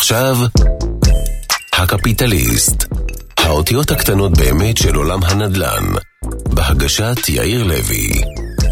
ועכשיו, הקפיטליסט. האותיות הקטנות באמת של עולם הנדל"ן. בהגשת יאיר לוי.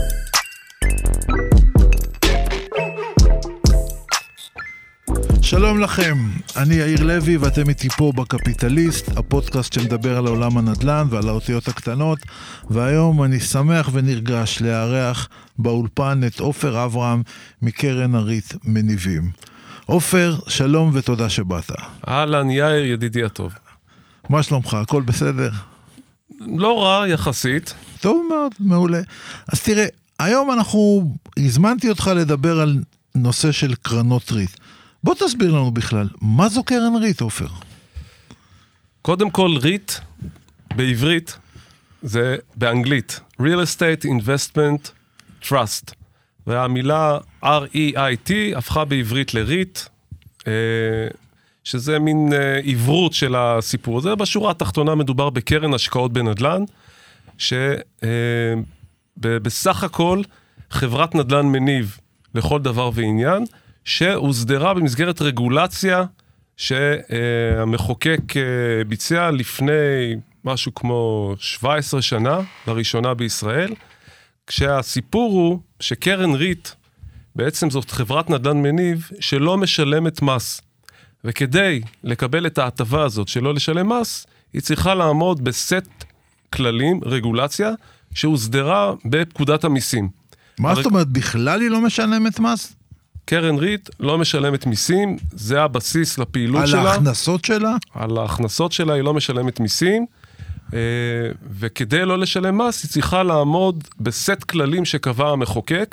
שלום לכם, אני יאיר לוי ואתם איתי פה בקפיטליסט, הפודקאסט שמדבר על העולם הנדל"ן ועל האותיות הקטנות, והיום אני שמח ונרגש לארח באולפן את עופר אברהם מקרן הריט מניבים. עופר, שלום ותודה שבאת. אהלן יאיר, ידידי הטוב. מה שלומך? הכל בסדר? לא רע יחסית. טוב מאוד, מעולה. אז תראה, היום הזמנתי אותך לדבר על נושא של קרנות ריט. בוא תסביר לנו בכלל, מה זו קרן ריט, עופר? קודם כל, ריט בעברית זה באנגלית, Real Estate Investment Trust, והמילה R-E-I-T הפכה בעברית לריט, שזה מין עברות של הסיפור הזה. בשורה התחתונה מדובר בקרן השקעות בנדל"ן, שבסך הכל חברת נדל"ן מניב לכל דבר ועניין, שהוסדרה במסגרת רגולציה שהמחוקק ביצע לפני משהו כמו 17 שנה, לראשונה בישראל, כשהסיפור הוא שקרן ריט, בעצם זאת חברת נדל"ן מניב שלא משלמת מס, וכדי לקבל את ההטבה הזאת שלא לשלם מס, היא צריכה לעמוד בסט כללים, רגולציה, שהוסדרה בפקודת המיסים. מה זאת אומרת, בכלל היא לא משלמת מס? קרן ריט לא משלמת מיסים, זה הבסיס לפעילות שלה. על ההכנסות שלה? על ההכנסות שלה היא לא משלמת מיסים, וכדי לא לשלם מס, היא צריכה לעמוד בסט כללים שקבע המחוקק,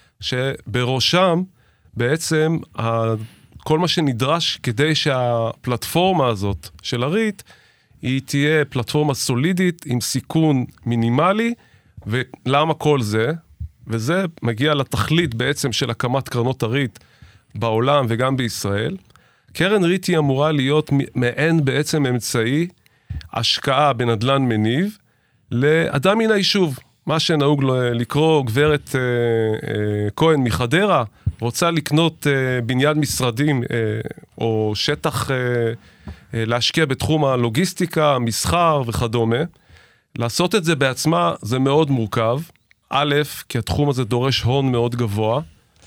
שבראשם בעצם כל מה שנדרש כדי שהפלטפורמה הזאת של הריט, היא תהיה פלטפורמה סולידית עם סיכון מינימלי, ולמה כל זה? וזה מגיע לתכלית בעצם של הקמת קרנות הריט בעולם וגם בישראל. קרן ריט היא אמורה להיות מעין בעצם אמצעי השקעה בנדל"ן מניב לאדם מן היישוב. מה שנהוג לקרוא גברת כהן מחדרה, רוצה לקנות בניין משרדים או שטח להשקיע בתחום הלוגיסטיקה, מסחר וכדומה. לעשות את זה בעצמה זה מאוד מורכב. א', כי התחום הזה דורש הון מאוד גבוה,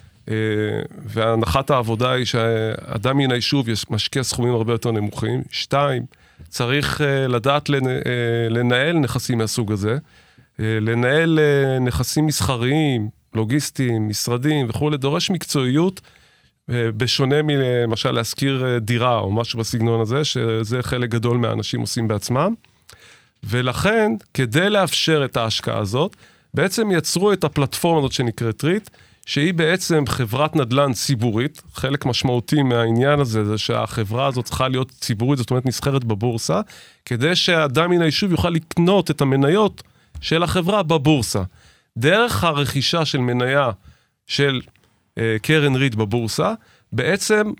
והנחת העבודה היא שאדם מן היישוב משקיע סכומים הרבה יותר נמוכים. 2, צריך לדעת לנהל נכסים מהסוג הזה, לנהל נכסים מסחריים, לוגיסטיים, משרדים וכו', דורש מקצועיות, בשונה מלמשל להזכיר דירה או משהו בסגנון הזה, שזה חלק גדול מהאנשים עושים בעצמם, ולכן כדי לאפשר את ההשקעה הזאת, בעצם יצרו את הפלטפורמה הזאת שנקראת ריט, שהיא בעצם חברת נדל"ן ציבורית. חלק משמעותי מהעניין הזה זה שהחברה הזאת צריכה להיות ציבורית, זאת אומרת נסחרת בבורסה, כדי שהאדם מן היישוב יוכל לקנות את המניות של החברה בבורסה. דרך הרכישה של מניה של קרן ריט בבורסה, בעצם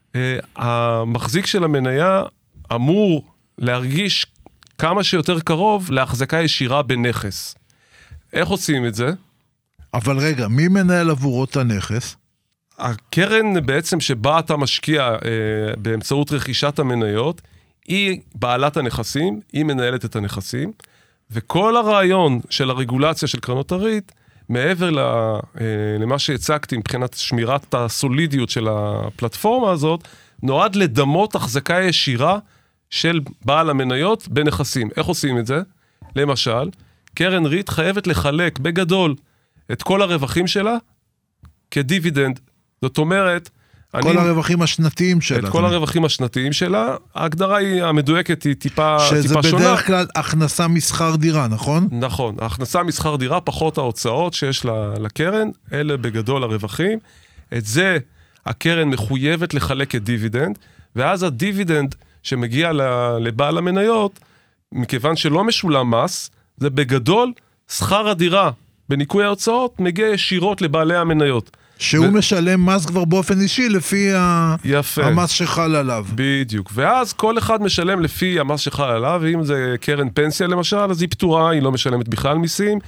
המחזיק של המניה אמור להרגיש כמה שיותר קרוב להחזקה ישירה בנכס. איך עושים את זה? אבל רגע, מי מנהל עבורו את הנכס? הקרן בעצם שבה אתה משקיע באמצעות רכישת המניות, היא בעלת הנכסים, היא מנהלת את הנכסים, וכל הרעיון של הרגולציה של קרנות הריט, מעבר למה שהצגתי מבחינת שמירת הסולידיות של הפלטפורמה הזאת, נועד לדמות החזקה ישירה של בעל המניות בנכסים. איך עושים את זה? למשל, קרן ריט חייבת לחלק בגדול את כל הרווחים שלה כדיבידנד. זאת אומרת, כל הרווחים השנתיים שלה. את כל הרווחים השנתיים שלה, ההגדרה היא המדויקת, היא טיפה שונה. שזה בדרך כלל הכנסה מסחר דירה, נכון? נכון, ההכנסה מסחר דירה, פחות ההוצאות שיש לקרן, אלה בגדול הרווחים. את זה הקרן מחויבת לחלק כדיבידנד, ואז הדיבידנד שמגיע לבעל המניות, מכיוון שלא משולם מס, זה בגדול שכר הדירה בניקוי ההוצאות מגיע ישירות לבעלי המניות. שהוא משלם מס כבר באופן אישי לפי המס שחל עליו. בדיוק. ואז כל אחד משלם לפי המס שחל עליו, ואם זה קרן פנסיה למשל, אז היא פטורה, היא לא משלמת בכלל מיסים.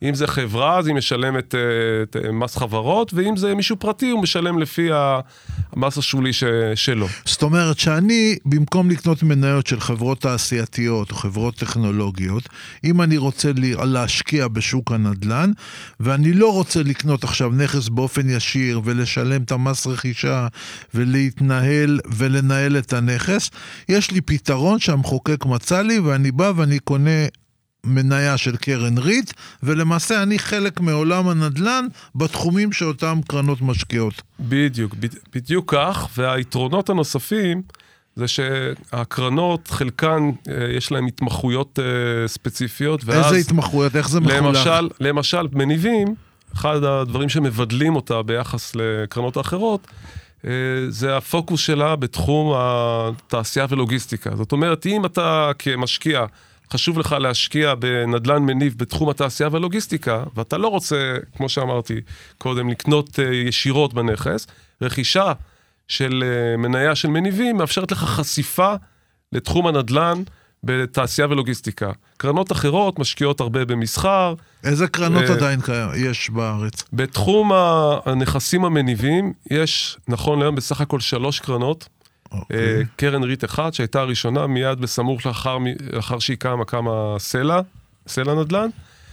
אם זה חברה, אז היא משלמת את מס חברות, ואם זה מישהו פרטי, הוא משלם לפי המס השולי שלו. זאת אומרת שאני, במקום לקנות מניות של חברות תעשייתיות או חברות טכנולוגיות, אם אני רוצה להשקיע בשוק הנדל"ן, ואני לא רוצה לקנות עכשיו נכס באופן ישיר, ולשלם את המס רכישה, ולהתנהל ולנהל את הנכס, יש לי פתרון שהמחוקק מצא לי, ואני בא ואני קונה מניה של קרן ריט, ולמעשה אני חלק מעולם הנדל"ן בתחומים שאותם קרנות משקיעות. בדיוק כך, והיתרונות הנוספים זה שהקרנות, חלקן יש להן התמחויות ספציפיות, איזה התמחויות? איך זה מחולק? למשל, מניבים, אחד הדברים שמבדלים אותה ביחס לקרנות האחרות, זה הפוקוס שלה בתחום התעשייה ולוגיסטיקה. זאת אומרת, אם אתה כמשקיע, חשוב לך להשקיע בנדל"ן מניב בתחום התעשייה והלוגיסטיקה, ואתה לא רוצה, כמו שאמרתי קודם, לקנות ישירות בנכס, רכישה של מניה של מניבים מאפשרת לך חשיפה לתחום הנדל"ן בתעשייה ולוגיסטיקה. קרנות אחרות משקיעות הרבה במסחר. איזה קרנות עדיין יש בארץ? בתחום הנכסים המניבים יש, נכון להיום, בסך הכל 3 קרנות. קרן ריט אחד, שהייתה הראשונה מיד בסמוך לאחר שהיא קמה סלע נדל"ן,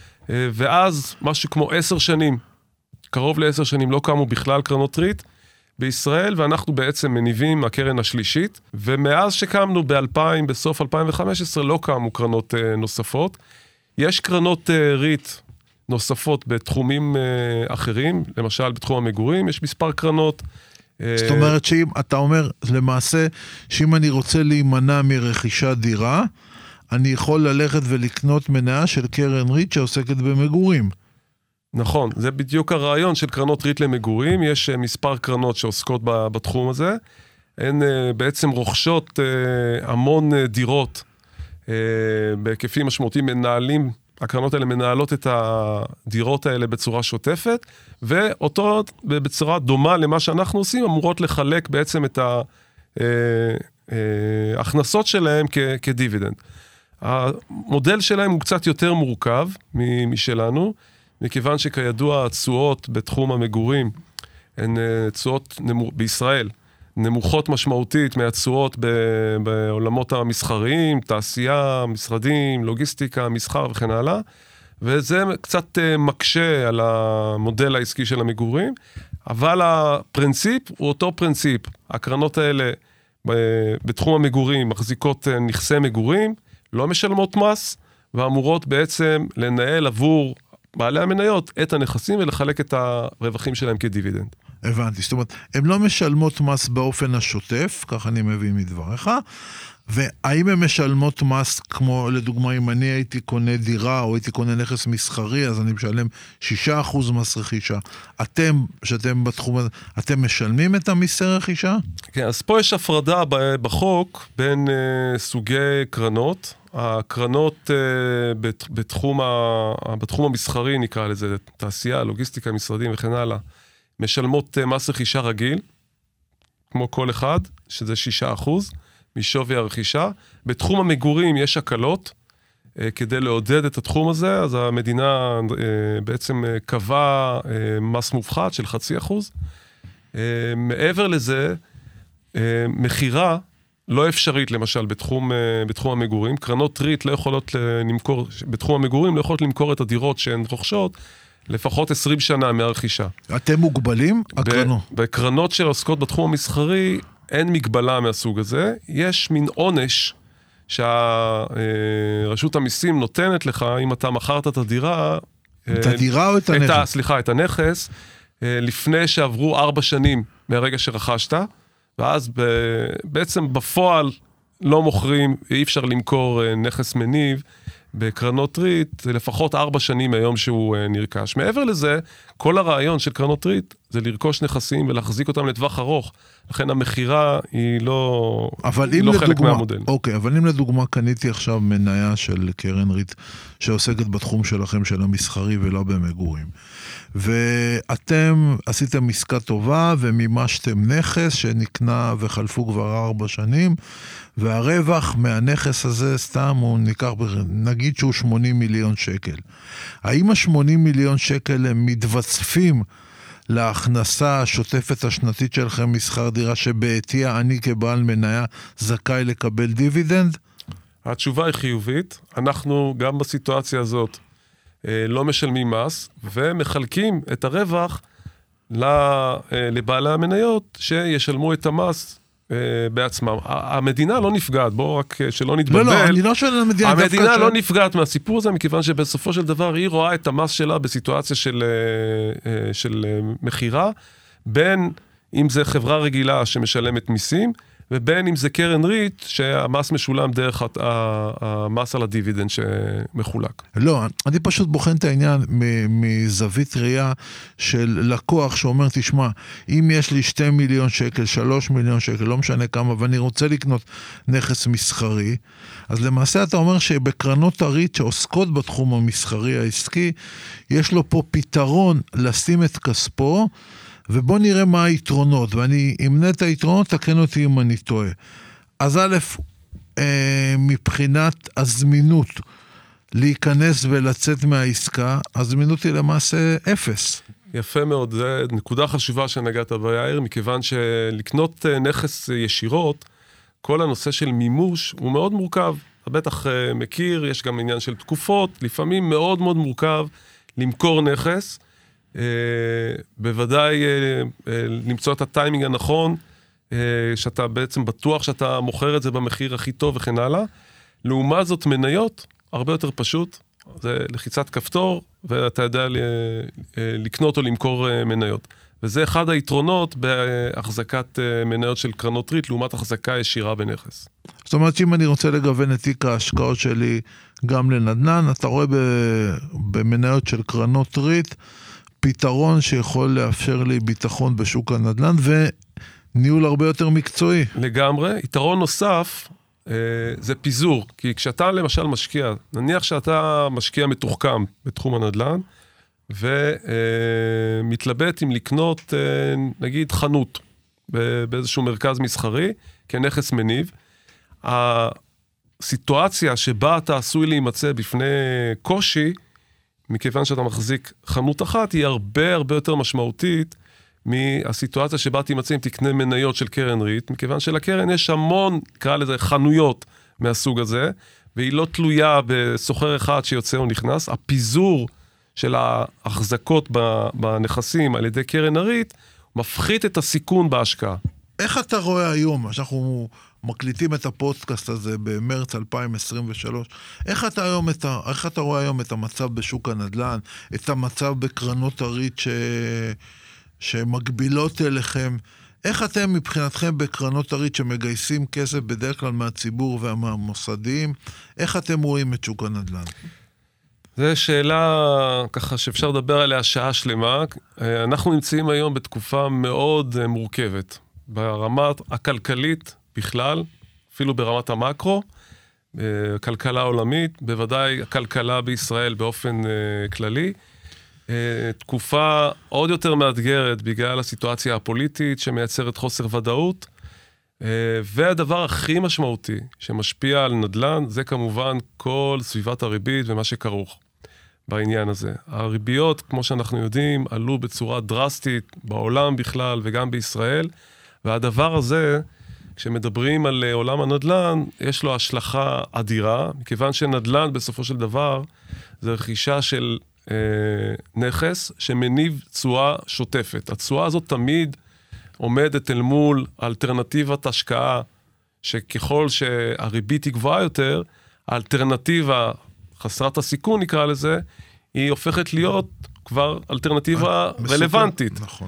ואז משהו כמו 10 שנים, קרוב ל10 שנים, לא קמו בכלל קרנות ריט בישראל, ואנחנו בעצם מניבים הקרן השלישית, ומאז שקמנו בסוף 2015 לא קמו קרנות נוספות. יש קרנות ריט נוספות בתחומים אחרים, למשל בתחום המגורים, יש מספר קרנות. זאת אומרת שאם אתה אומר למעשה שאם אני רוצה להימנע מרכישת דירה, אני יכול ללכת ולקנות מניה של קרן ריט שעוסקת במגורים. נכון, זה בדיוק הרעיון של קרנות ריט למגורים. יש מספר קרנות שעוסקות בתחום הזה. הן בעצם רוכשות המון דירות בהיקפים משמעותיים, הקרנות האלה מנהלות את הדירות האלה בצורה שוטפת, ואותו בצורה דומה למה שאנחנו עושים, אמורות לחלק בעצם את ההכנסות שלהם כדיבידנד. המודל שלהם הוא קצת יותר מורכב משלנו, מכיוון שכידוע התשואות בתחום המגורים, הן תשואות בישראל, נמוכות משמעותית מהתשואות בעולמות המסחריים, תעשייה, משרדים, לוגיסטיקה, מסחר וכן הלאה, וזה קצת מקשה על המודל העסקי של המגורים, אבל הפרינציפ הוא אותו פרינציפ. הקרנות האלה בתחום המגורים מחזיקות נכסי מגורים, לא משלמות מס, ואמורות בעצם לנהל עבור בעלי המניות את הנכסים ולחלק את הרווחים שלהם כדיבידנד. הבנתי, זאת אומרת, הן לא משלמות מס באופן השוטף, כך אני מבין מדבריך, והאם הן משלמות מס, כמו לדוגמה, אם אני הייתי קונה דירה, או הייתי קונה נכס מסחרי, אז אני משלם 6% מס רכישה. אתם, שאתם בתחום הזה, אתם משלמים את המיסי רכישה? כן, אז פה יש הפרדה בחוק, בין סוגי קרנות. הקרנות בתחום המסחרי, נקרא לזה, תעשייה, לוגיסטיקה, משרדים וכן הלאה, משלמות מס רכישה רגיל, כמו כל אחד, שזה 6% משווי הרכישה. בתחום המגורים יש הקלות, כדי לעודד את התחום הזה, אז המדינה בעצם קבעה מס מופחת של 0.5%. מעבר לזה, מחירה לא אפשרית, למשל, בתחום המגורים. קרנות ריט לא יכולות למכור, בתחום המגורים לא יכולות למכור את הדירות שהן רוכשות, לפחות 20 שנה מהרכישה. אתם מוגבלים? בקרנות שעוסקות בתחום המסחרי, אין מגבלה מהסוג הזה. יש מין עונש שהרשות המיסים נותנת לך, אם אתה מכרת את הדירה... את הדירה או את הנכס? סליחה, את הנכס, לפני שעברו 4 שנים מהרגע שרכשת, ואז בעצם בפועל לא מוכרים, אי אפשר למכור נכס מניב, בקרנות ריט, זה לפחות 4 שנים מהיום שהוא נרכש. מעבר לזה, כל הרעיון של קרנות ריט, זה לרכוש נכסים ולהחזיק אותם לטווח ארוך. לכן המחירה היא לא חלק מהמודל. אוקיי, אבל אם לדוגמה קניתי עכשיו מניה של קרן ריט, שעוסקת בתחום שלכם, של המסחרי ולא במגורים, ואתם עשיתם עסקה טובה ומימשתם נכס שנקנה וחלפו כבר 4 שנים, והרווח מהנכס הזה סתם הוא נגיד שהוא 80 מיליון שקל. האם ה-80 מיליון שקל הם מתווספים להכנסה השוטפת השנתית שלכם משכר דירה, שבעתיה אני כבעל מניה זכאי לקבל דיבידנד? התשובה היא חיובית. אנחנו גם בסיטואציה הזאת לא משלמים מס, ומחלקים את הרווח לבעלי המניות שישלמו את המס בעצמם. המדינה לא נפגעת, בואו רק שלא נתבלבל. לא, אני לא שואל על המדינה. המדינה לא נפגעת מהסיפור הזה, מכיוון שבסופו של דבר היא רואה את המס שלה בסיטואציה של מחירה, בין אם זה חברה רגילה שמשלמת מיסים, ובין אם זה קרן ריט, שהמס משולם דרך המס על הדיבידנד שמחולק. לא, אני פשוט בוחן את העניין מזווית ראייה של לקוח שאומר, תשמע, אם יש לי 2 מיליון שקל, 3 מיליון שקל, לא משנה כמה, ואני רוצה לקנות נכס מסחרי, אז למעשה אתה אומר שבקרנות הריט שעוסקות בתחום המסחרי העסקי, יש לו פה פתרון לשים את כספו, ובוא נראה מה היתרונות, ואני אמנה את היתרונות, תקן אותי אם אני טועה. אז א', מבחינת הזמינות להיכנס ולצאת מהעסקה, הזמינות היא למעשה 0. יפה מאוד, זו נקודה חשובה שנגעת ביאיר, מכיוון שלקנות נכס ישירות, כל הנושא של מימוש הוא מאוד מורכב. אתה בטח מכיר, יש גם עניין של תקופות, לפעמים מאוד מאוד מורכב למכור נכס, בוודאי למצוא את הטיימינג הנכון, שאתה בעצם בטוח שאתה מוכר את זה במחיר הכי טוב וכן הלאה. לעומת זאת מניות, הרבה יותר פשוט, זה לחיצת כפתור, ואתה יודע לקנות או למכור מניות. וזה אחד היתרונות בהחזקת מניות של קרנות ריט, לעומת החזקה ישירה בנכס. זאת אומרת שאם אני רוצה לגוון את תיק ההשקעות שלי גם לנדל"ן, אתה רואה במניות של קרנות ריט, פתרון שיכול לאפשר לי ביטחון בשוק הנדל"ן, וניהול הרבה יותר מקצועי. לגמרי. יתרון נוסף, זה פיזור. כי כשאתה למשל משקיע, נניח שאתה משקיע מתוחכם בתחום הנדל"ן, ומתלבט אם לקנות, נגיד, חנות, באיזשהו מרכז מסחרי, כנכס מניב, הסיטואציה שבה אתה עשוי להימצא בפני קושי, מכיוון שאתה מחזיק חנות אחת, היא הרבה הרבה יותר משמעותית מהסיטואציה שבה תימצא אם תקנה מניות של קרן ריט, מכיוון שלקרן יש המון, קרא לזה, חנויות מהסוג הזה, והיא לא תלויה בסוחר אחד שיוצא או נכנס. הפיזור של ההחזקות בנכסים על ידי קרן הריט, מפחית את הסיכון בהשקעה. איך אתה רואה היום, שאנחנו מקליטים את הפודקאסט הזה במרץ 2023, איך אתה רואה היום את המצב בשוק הנדל"ן, את המצב בקרנות הריט שמגבילות אליכם, איך אתם מבחינתכם בקרנות הריט שמגייסים כסף בדרך כלל מהציבור ומהמוסדיים, איך אתם רואים את שוק הנדל"ן? זו שאלה ככה שאפשר לדבר עליה שעה שלמה. אנחנו נמצאים היום בתקופה מאוד מורכבת, ברמה הכלכלית בכלל, אפילו ברמת המקרו, כלכלה עולמית, בוודאי הכלכלה בישראל באופן כללי, תקופה עוד יותר מאתגרת בגלל הסיטואציה הפוליטית שמייצרת חוסר ודאות, והדבר הכי משמעותי שמשפיע על נדל"ן, זה כמובן כל סביבת הריבית ומה שכרוך בעניין הזה. הריביות, כמו שאנחנו יודעים, עלו בצורה דרסטית בעולם בכלל וגם בישראל, והדבר הזה, כשמדברים על עולם הנדל"ן, יש לו השלכה אדירה, מכיוון שנדל"ן בסופו של דבר, זה רכישה של נכס שמניב תשואה שוטפת. התשואה הזאת תמיד עומדת אל מול אלטרנטיבת השקעה, שככל שהריבית היא גבוהה יותר, האלטרנטיבה, חסרת הסיכון נקרא לזה, היא הופכת להיות כבר אלטרנטיבה רלוונטית. נכון.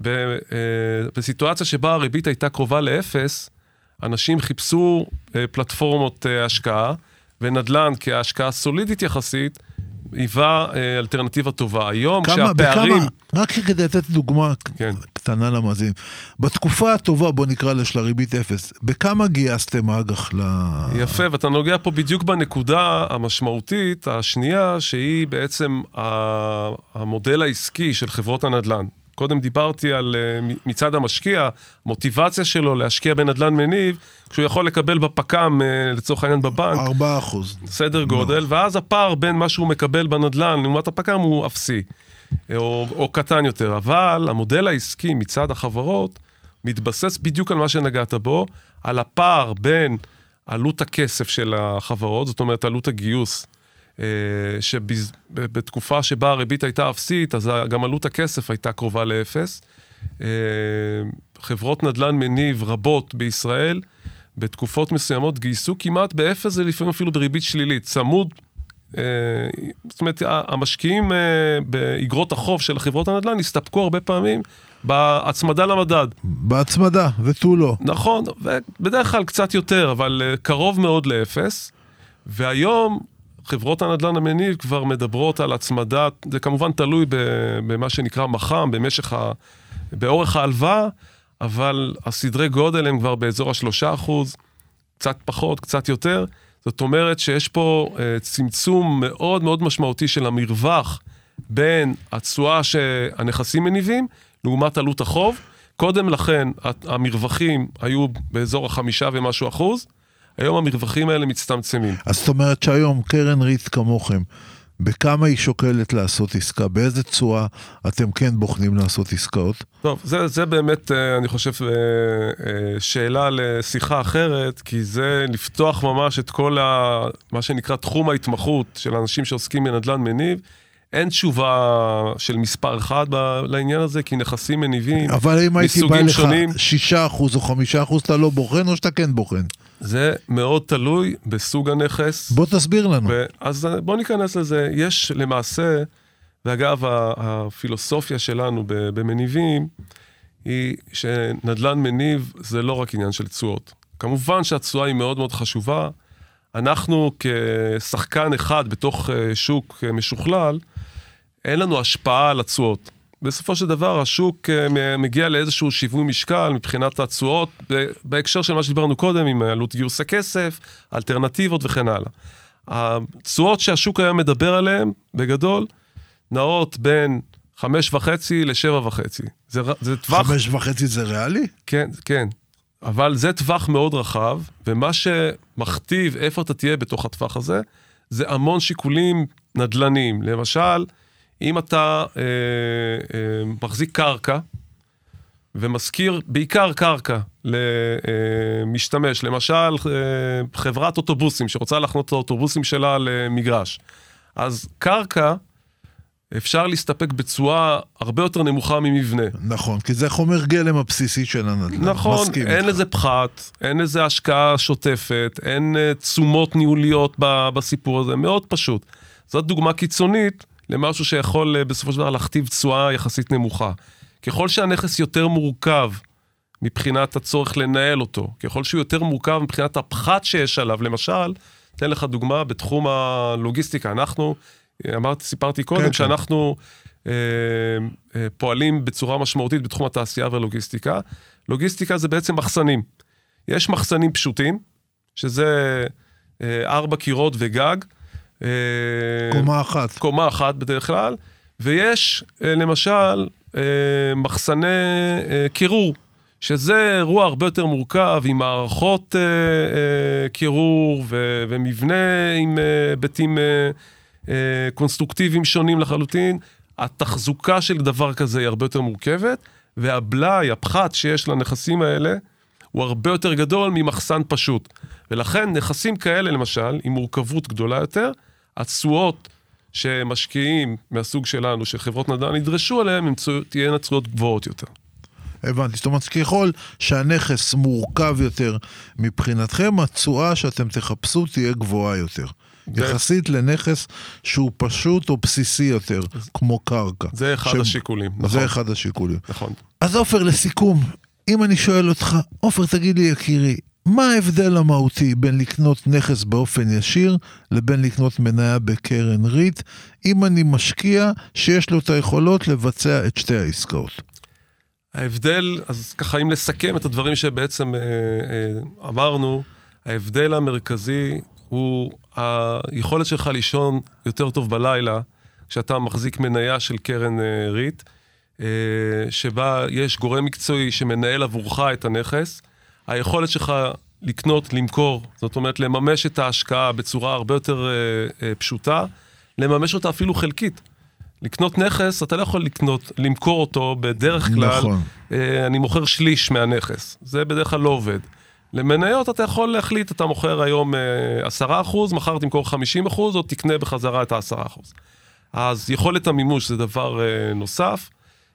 בסיטואציה שבה הריבית הייתה קרובה לאפס, אנשים חיפשו פלטפורמות השקעה, ונדל"ן כהשקעה סולידית יחסית, היווה אלטרנטיבה טובה. היום שהפערים... רק כדי לתת דוגמה קטנה למאזינים. בתקופה הטובה, בוא נקרא לה של הריבית אפס, בכמה גייסתם אג"ח יפה, ואתה נוגע פה בדיוק בנקודה המשמעותית, השנייה, שהיא בעצם המודל העסקי של חברות הנדל"ן. קודם דיברתי על מצד המשקיע, מוטיבציה שלו להשקיע בנדל"ן מניב, כשהוא יכול לקבל בפקם, לצורך העניין בבנק, 4%. סדר גודל, ואז הפער בין מה שהוא מקבל בנדל"ן, לעומת הפקם הוא אפסי, או קטן יותר. אבל המודל העסקי מצד החברות, מתבסס בדיוק על מה שנגעת בו, על הפער בין עלות הכסף של החברות, זאת אומרת עלות הגיוס, שבתקופה שבה הריבית הייתה אפסית, אז גם עלות הכסף הייתה קרובה לאפס. חברות נדל"ן מניב רבות בישראל, בתקופות מסוימות גייסו כמעט באפס, זה לפעמים אפילו בריבית שלילית, צמוד. זאת אומרת, המשקיעים באגרות החוב של חברות הנדל"ן הסתפקו הרבה פעמים בהצמדה למדד. בהצמדה, ותו לא. נכון, ובדרך כלל קצת יותר, אבל קרוב מאוד לאפס. והיום חברות הנדל"ן המניב כבר מדברות על הצמדה, זה כמובן תלוי במה שנקרא מח"מ, באורך ההלוואה, אבל הסדרי גודל הם כבר באזור 3%, קצת פחות, קצת יותר. זאת אומרת שיש פה צמצום מאוד מאוד משמעותי של המרווח בין התשואה שהנכסים מניבים, לעומת עלות החוב. קודם לכן המרווחים היו באזור 5 ומשהו אחוז, היום המרווחים האלה מצטמצמים. אז זאת אומרת שהיום קרן ריט כמוכם, בכמה היא שוקלת לעשות עסקה? באיזה צורה אתם כן בוחנים לעשות עסקאות? טוב, זה באמת, אני חושב, שאלה לשיחה אחרת, כי זה לפתוח ממש את כל מה שנקרא תחום ההתמחות של אנשים שעוסקים בנדל"ן מניב. אין תשובה של מספר אחד לעניין הזה, כי נכסים מניבים, אבל אם הייתי בא לך 6% או 5%, אתה לא בוחן או שאתה כן בוחן? זה מאוד תלוי בסוג הנכס. בוא תסביר לנו. אז בוא ניכנס לזה. יש למעשה, ואגב, הפילוסופיה שלנו במניבים, היא שנדל"ן מניב זה לא רק עניין של תשואות. כמובן שהתשואה היא מאוד מאוד חשובה. אנחנו כשחקן אחד בתוך שוק משוכלל, אין לנו השפעה על התשואות. בסופו של דבר, השוק מגיע לאיזשהו שיווי משקל מבחינת התשואות, בהקשר של מה שדיברנו קודם, עם עלות גיוס הכסף, אלטרנטיבות וכן הלאה. התשואות שהשוק היום מדבר עליהן, בגדול, נעות בין 5.5 ל-7.5. זה טווח... 5.5 זה ריאלי? כן, כן. אבל זה טווח מאוד רחב, ומה שמכתיב איפה אתה תהיה בתוך הטווח הזה, זה המון שיקולים נדל"ניים. למשל, אם אתה מחזיק קרקע, ומזכיר בעיקר קרקע למשתמש, למשל חברת אוטובוסים, שרוצה להכנות את האוטובוסים שלה למגרש, אז קרקע, אפשר להסתפק בצורה הרבה יותר נמוכה ממבנה. נכון, כי זה חומר גלם הבסיסי של הנדל"ן. נכון, אין לזה פחת, אין לזה השקעה שוטפת, אין תשומות ניהוליות בסיפור הזה, מאוד פשוט. זאת דוגמה קיצונית למשהו שיכול בסופו של דבר להכתיב תשואה יחסית נמוכה. ככל שהנכס יותר מורכב מבחינת הצורך לנהל אותו, ככל שהוא יותר מורכב מבחינת הפחת שיש עליו, למשל, אתן לך דוגמה בתחום הלוגיסטיקה, אנחנו... סיפרתי קודם כן, שאנחנו פועלים בצורה משמעותית בתחום התעשייה והלוגיסטיקה. לוגיסטיקה זה בעצם מחסנים. יש מחסנים פשוטים, שזה 4 קירות וגג. קומה אחת בדרך כלל. ויש למשל מחסני קירור, שזה אירוע הרבה יותר מורכב, עם מערכות קירור ומבנה עם ביתים קונסטרוקטיביים שונים לחלוטין. התחזוקה של דבר כזה היא הרבה יותר מורכבת, והבלאי, הפחת שיש לנכסים האלה, הוא הרבה יותר גדול ממחסן פשוט. ולכן נכסים כאלה למשל, עם מורכבות גדולה יותר, התשואות שמשקיעים מהסוג שלנו, שחברות נדל"ן ידרשו עליהם, הם תהיינה תשואות גבוהות יותר. הבנתי, זאת אומרת, ככל שהנכס מורכב יותר מבחינתכם, התשואה שאתם תחפשו תהיה גבוהה יותר. יחסית לנכס שהוא פשוט או בסיסי יותר, כמו קרקע. זה אחד השיקולים. זה אחד השיקולים. נכון. אז עופר, לסיכום, אם אני שואל אותך, עופר, תגיד לי, יקירי, מה ההבדל המהותי בין לקנות נכס באופן ישיר לבין לקנות מניה בקרן ריט, אם אני משקיע שיש לו את היכולות לבצע את שתי העסקאות? ההבדל, אז ככה אם לסכם את הדברים שבעצם אמרנו, ההבדל המרכזי הוא היכולת שלך לישון יותר טוב בלילה, כשאתה מחזיק מניה של קרן ריט, שבה יש גורם מקצועי שמנהל עבורך את הנכס, היכולת שלך לקנות, למכור, זאת אומרת לממש את ההשקעה בצורה הרבה יותר פשוטה, לממש אותה אפילו חלקית. לקנות נכס, אתה לא יכול למכור אותו בדרך כלל, נכון. אני מוכר שליש מהנכס, זה בדרך כלל לא עובד. למניות אתה יכול להחליט, אתה מוכר היום 10%, מחר תמכור 50%, או תקנה בחזרה את ה10%. אז יכולת המימוש זה דבר נוסף.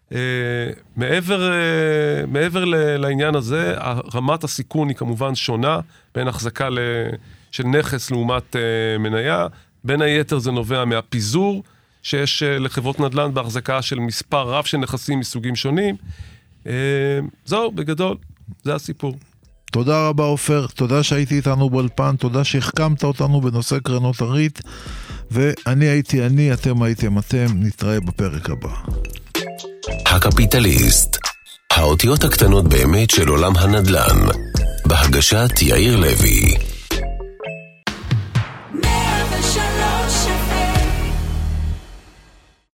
מעבר לעניין הזה, רמת הסיכון היא כמובן שונה, בין החזקה של נכס לעומת מניה, בין היתר זה נובע מהפיזור, שיש לחברות נדל"ן בהחזקה של מספר רב של נכסים מסוגים שונים. זהו, בגדול, זה הסיפור. תודה רבה עופר, תודה שהייתי איתנו באולפן, תודה שהחכמת אותנו בנושא קרנות הריט, ואני הייתי אני, אתם הייתם אתם, נתראה בפרק הבא. הקפיטליסט, האותיות הקטנות באמת של עולם הנדל"ן, בהגשת יאיר לוי.